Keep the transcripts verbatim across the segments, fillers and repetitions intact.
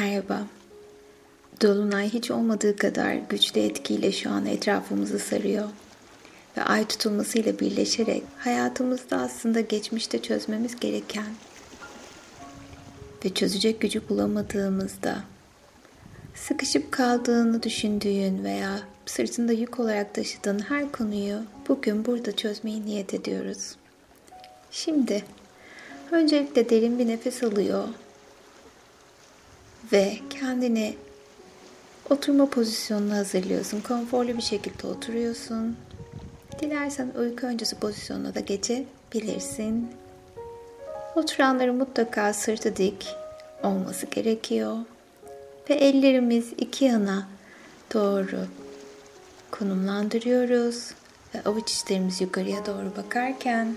Merhaba. Dolunay hiç olmadığı kadar güçlü etkiyle şu an etrafımızı sarıyor. Ve ay tutulmasıyla birleşerek hayatımızda aslında geçmişte çözmemiz gereken ve çözecek gücü bulamadığımızda sıkışıp kaldığını düşündüğün veya sırtında yük olarak taşıdığın her konuyu bugün burada çözmeyi niyet ediyoruz. Şimdi öncelikle derin bir nefes alıyor ve kendini oturma pozisyonuna hazırlıyorsun. Konforlu bir şekilde oturuyorsun. Dilersen uyku öncesi pozisyonuna da geçebilirsin. Oturanların mutlaka sırtı dik olması gerekiyor. Ve ellerimiz iki yana doğru konumlandırıyoruz. Ve avuç içlerimiz yukarıya doğru bakarken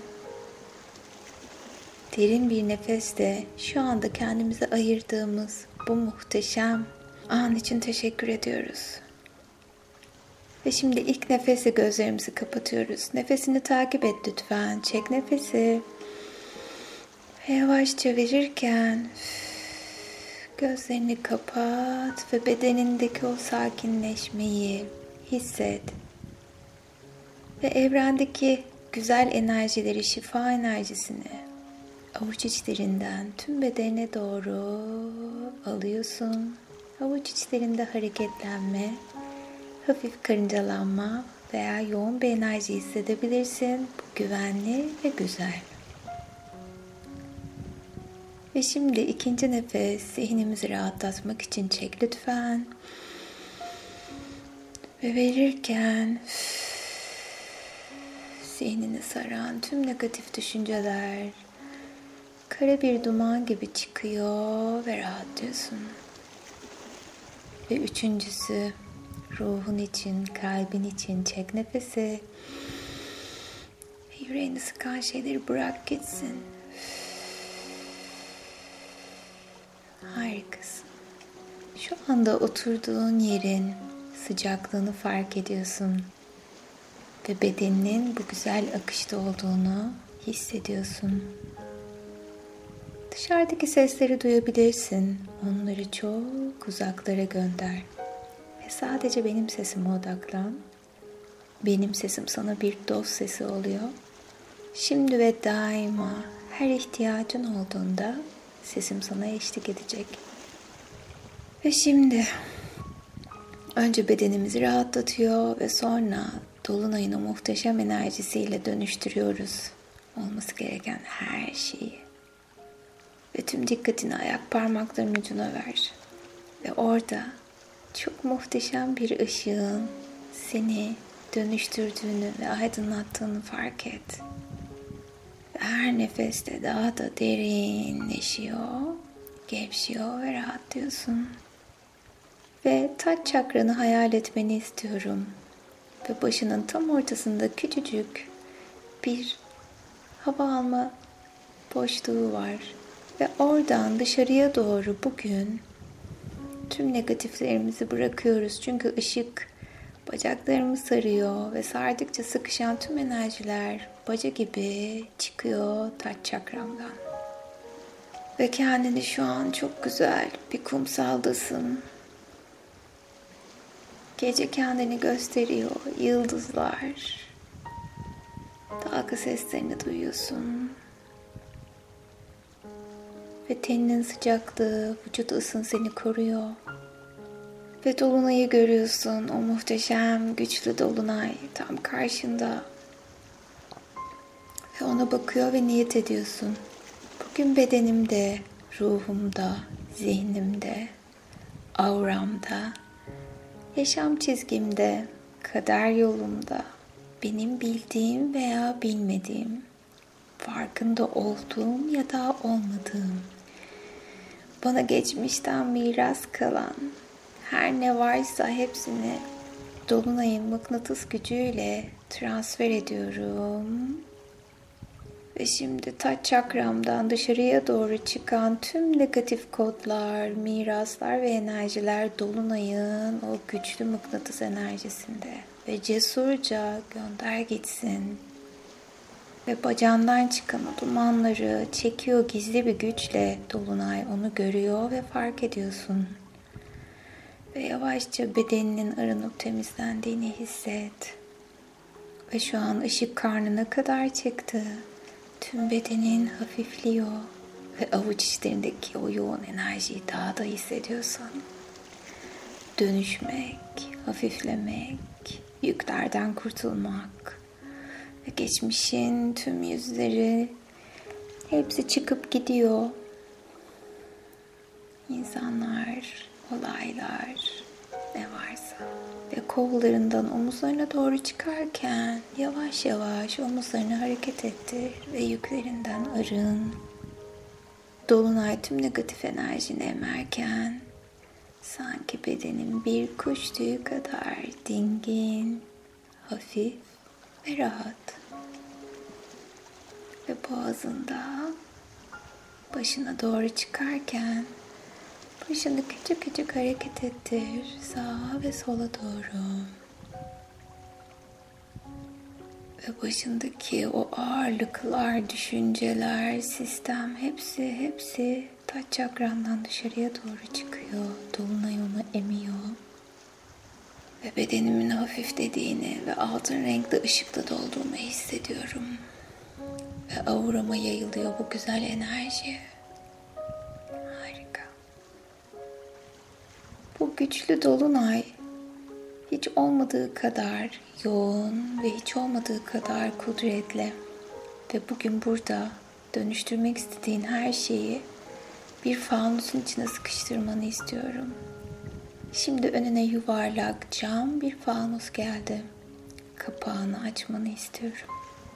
derin bir nefesle şu anda kendimize ayırdığımız bu muhteşem an için teşekkür ediyoruz. Ve şimdi ilk nefese gözlerimizi kapatıyoruz. Nefesini takip et lütfen. Çek nefesi. Ve yavaşça verirken gözlerini kapat ve bedenindeki o sakinleşmeyi hisset. Ve evrendeki güzel enerjileri, şifa enerjisini avuç içlerinden tüm bedene doğru alıyorsun. Avuç içlerinde hareketlenme, hafif karıncalanma veya yoğun bir enerji hissedebilirsin. Bu güvenli ve güzel. Ve şimdi ikinci nefes zihnimizi rahatlatmak için çek lütfen. Ve verirken zihnini saran tüm negatif düşünceler kara bir duman gibi çıkıyor ve rahatlıyorsun. Ve üçüncüsü ruhun için, kalbin için çek nefesi. Yüreğini sıkan şeyleri bırak gitsin. Harikasın. Şu anda oturduğun yerin sıcaklığını fark ediyorsun. Ve bedeninin bu güzel akışta olduğunu hissediyorsun. Dışarıdaki sesleri duyabilirsin. Onları çok uzaklara gönder. Ve sadece benim sesime odaklan. Benim sesim sana bir dost sesi oluyor. Şimdi ve daima her ihtiyacın olduğunda sesim sana eşlik edecek. Ve şimdi önce bedenimizi rahatlatıyor ve sonra dolunayın o muhteşem enerjisiyle dönüştürüyoruz olması gereken her şeyi. Ve tüm dikkatini ayak parmaklarının ucuna ver. Ve orada çok muhteşem bir ışığın seni dönüştürdüğünü ve aydınlattığını fark et. Ve her nefeste daha da derinleşiyor, gevşiyor ve rahatlıyorsun. Ve taç çakranı hayal etmeni istiyorum. Ve başının tam ortasında küçücük bir hava alma boşluğu var. Ve oradan dışarıya doğru bugün tüm negatiflerimizi bırakıyoruz. Çünkü ışık bacaklarımı sarıyor ve sardıkça sıkışan tüm enerjiler baca gibi çıkıyor taç çakramdan. Ve kendini şu an çok güzel bir kumsaldasın. Gece kendini gösteriyor, yıldızlar, dalga seslerini duyuyorsun. Ve teninin sıcaklığı, vücut ısın seni koruyor. Ve dolunayı görüyorsun, o muhteşem, güçlü dolunay tam karşında. Ve ona bakıyor ve niyet ediyorsun. Bugün bedenimde, ruhumda, zihnimde, auramda, yaşam çizgimde, kader yolumda, benim bildiğim veya bilmediğim, farkında olduğum ya da olmadığım, bana geçmişten miras kalan her ne varsa hepsini dolunayın mıknatıs gücüyle transfer ediyorum. Ve şimdi taç çakramdan dışarıya doğru çıkan tüm negatif kodlar, miraslar ve enerjiler dolunayın o güçlü mıknatıs enerjisinde ve cesurca gönder gitsin. Ve bacağından çıkan o dumanları çekiyor gizli bir güçle. Dolunay onu görüyor ve fark ediyorsun. Ve yavaşça bedeninin arınıp temizlendiğini hisset. Ve şu an ışık karnına kadar çıktı. Tüm bedenin hafifliyor. Ve avuç içlerindeki o yoğun enerjiyi daha da hissediyorsun. Dönüşmek, hafiflemek, yüklerden kurtulmak. Ve geçmişin tüm yüzleri hepsi çıkıp gidiyor. İnsanlar, olaylar, ne varsa. Ve kollarından omuzlarına doğru çıkarken yavaş yavaş omuzlarını hareket ettir ve yüklerinden arın. Dolunay tüm negatif enerjini emerken sanki bedenin bir kuş tüyü kadar dingin, hafif ve rahat. Ve boğazında başına doğru çıkarken başını küçük küçük hareket ettir sağa ve sola doğru. Ve başındaki o ağırlıklar, düşünceler, sistem hepsi hepsi taç çakrandan dışarıya doğru çıkıyor. Dolunay onu emiyor. Ve bedenimin hafiflediğini ve altın renkli ışıkla dolduğumu hissediyorum. Ve aurama yayılıyor bu güzel enerji. Harika. Bu güçlü dolunay hiç olmadığı kadar yoğun ve hiç olmadığı kadar kudretli. Ve bugün burada dönüştürmek istediğin her şeyi bir fanusun içine sıkıştırmanı istiyorum. Şimdi önüne yuvarlak cam bir fanus geldi. Kapağını açmanı istiyorum.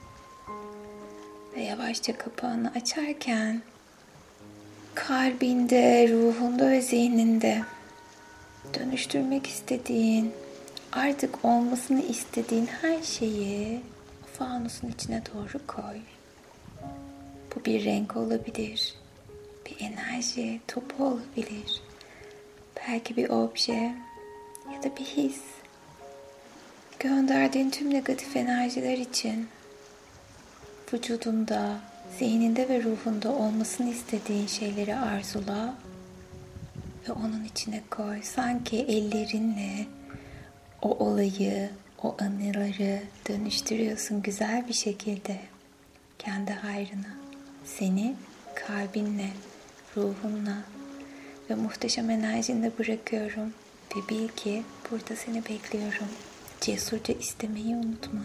Ve yavaşça kapağını açarken kalbinde, ruhunda ve zihninde dönüştürmek istediğin, artık olmasını istediğin her şeyi o fanusun içine doğru koy. Bu bir renk olabilir, bir enerji topu olabilir, belki bir obje ya da bir his. Gönderdiğin tüm negatif enerjiler için vücudunda, zihninde ve ruhunda olmasını istediğin şeyleri arzula ve onun içine koy. Sanki ellerinle o olayı, o anıları dönüştürüyorsun güzel bir şekilde kendi hayrına. Seni kalbinle, ruhunla ve muhteşem enerjinle bırakıyorum ve bil ki burada seni bekliyorum. Cesurca istemeyi unutma.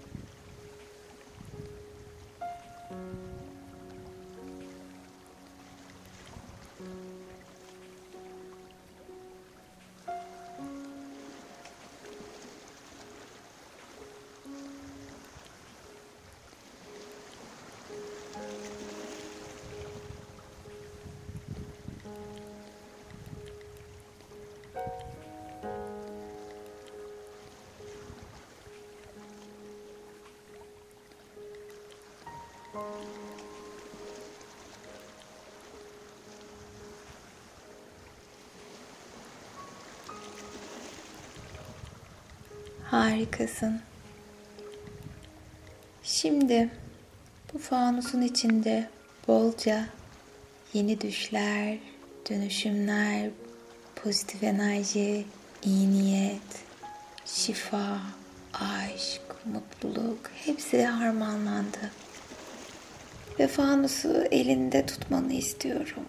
Harikasın. Şimdi bu fanusun içinde bolca yeni düşler, dönüşümler, pozitif enerji, iyi niyet, şifa, aşk, mutluluk hepsi harmanlandı. Ve fanusu elinde tutmanı istiyorum.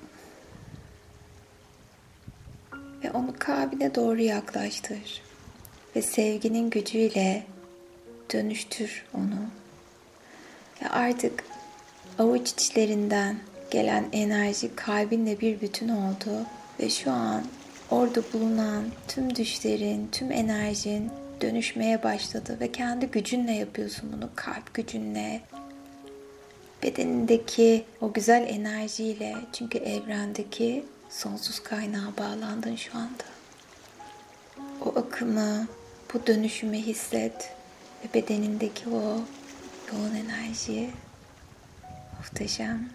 Ve onu kalbine doğru yaklaştır. Ve sevginin gücüyle dönüştür onu. Ve artık avuç içlerinden gelen enerji kalbinle bir bütün oldu. Ve şu an orada bulunan tüm düşlerin, tüm enerjin dönüşmeye başladı. Ve kendi gücünle yapıyorsun bunu, kalp gücünle. Bedenindeki o güzel enerjiyle, çünkü evrendeki sonsuz kaynağa bağlandın şu anda. O akımı, bu dönüşümü hisset ve bedenindeki o yoğun enerji muhteşem.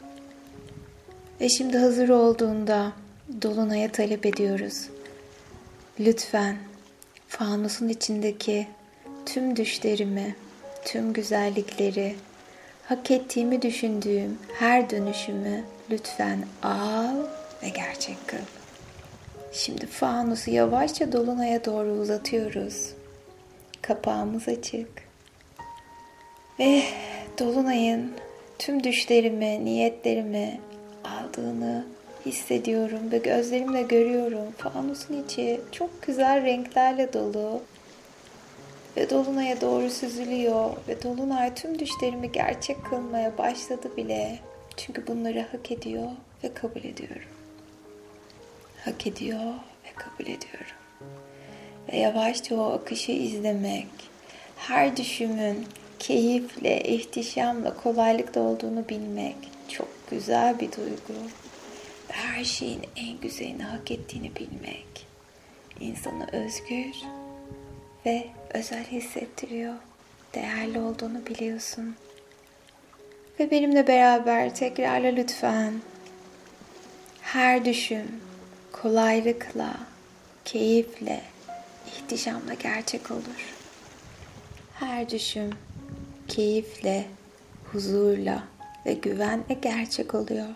Ve şimdi hazır olduğunda Dolunay'a talep ediyoruz. Lütfen fanusun içindeki tüm düşlerimi, tüm güzellikleri Hak ettiğimi düşündüğüm her dönüşümü lütfen al ve gerçek kıl. Şimdi fanusu yavaşça dolunaya doğru uzatıyoruz. Kapağımız açık. Ve dolunayın tüm düşlerimi, niyetlerimi aldığını hissediyorum ve gözlerimle görüyorum. Fanusun içi çok güzel renklerle dolu. Ve dolunaya doğru süzülüyor ve dolunay tüm düşlerimi gerçek kılmaya başladı bile. Çünkü bunları hak ediyor ve kabul ediyorum. Hak ediyor ve kabul ediyorum. Ve yavaşça o akışı izlemek, her düşümün keyifle, ihtişamla, kolaylıkla olduğunu bilmek çok güzel bir duygu. Ve her şeyin en güzelini hak ettiğini bilmek insanı özgür ve özel hissettiriyor. Değerli olduğunu biliyorsun. Ve benimle beraber tekrarla lütfen. Her düşüm kolaylıkla, keyifle, ihtişamla gerçek olur. Her düşüm keyifle, huzurla ve güvenle gerçek oluyor.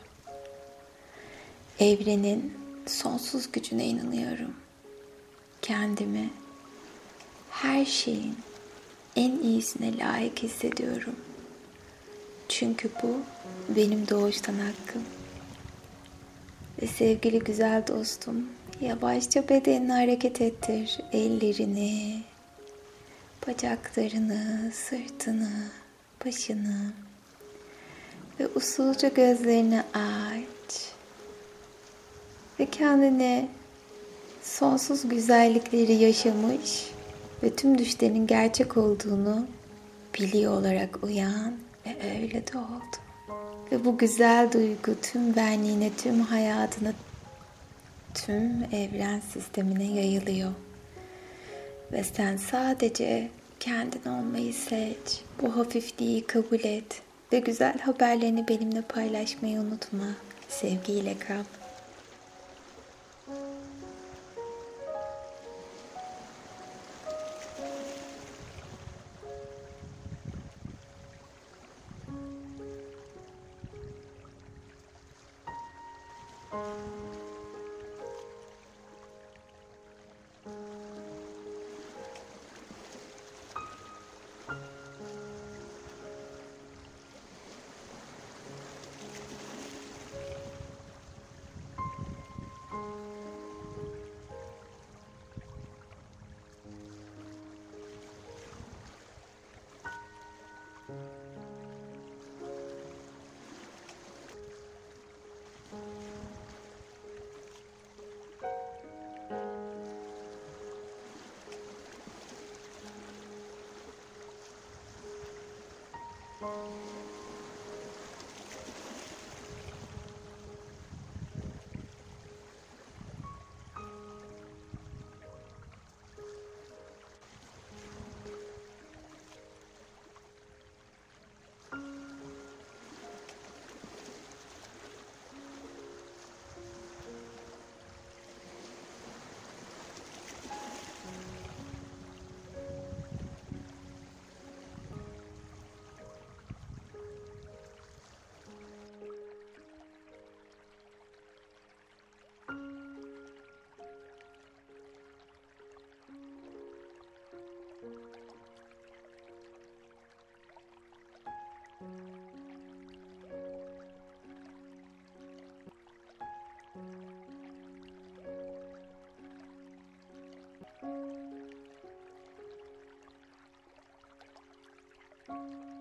Evrenin sonsuz gücüne inanıyorum. Kendimi her şeyin en iyisine layık hissediyorum. Çünkü bu benim doğuştan hakkım. Ve sevgili güzel dostum, yavaşça bedenini hareket ettir. Ellerini, bacaklarını, sırtını, başını ve usulca gözlerini aç. Ve kendini sonsuz güzellikleri yaşamış ve tüm düşlerinin gerçek olduğunu biliyor olarak uyan ve öyle de oldu. Ve bu güzel duygu tüm benliğine, tüm hayatına, tüm evren sistemine yayılıyor. Ve sen sadece kendin olmayı seç. Bu hafifliği kabul et. Ve güzel haberlerini benimle paylaşmayı unutma. Sevgiyle kal. Thank you.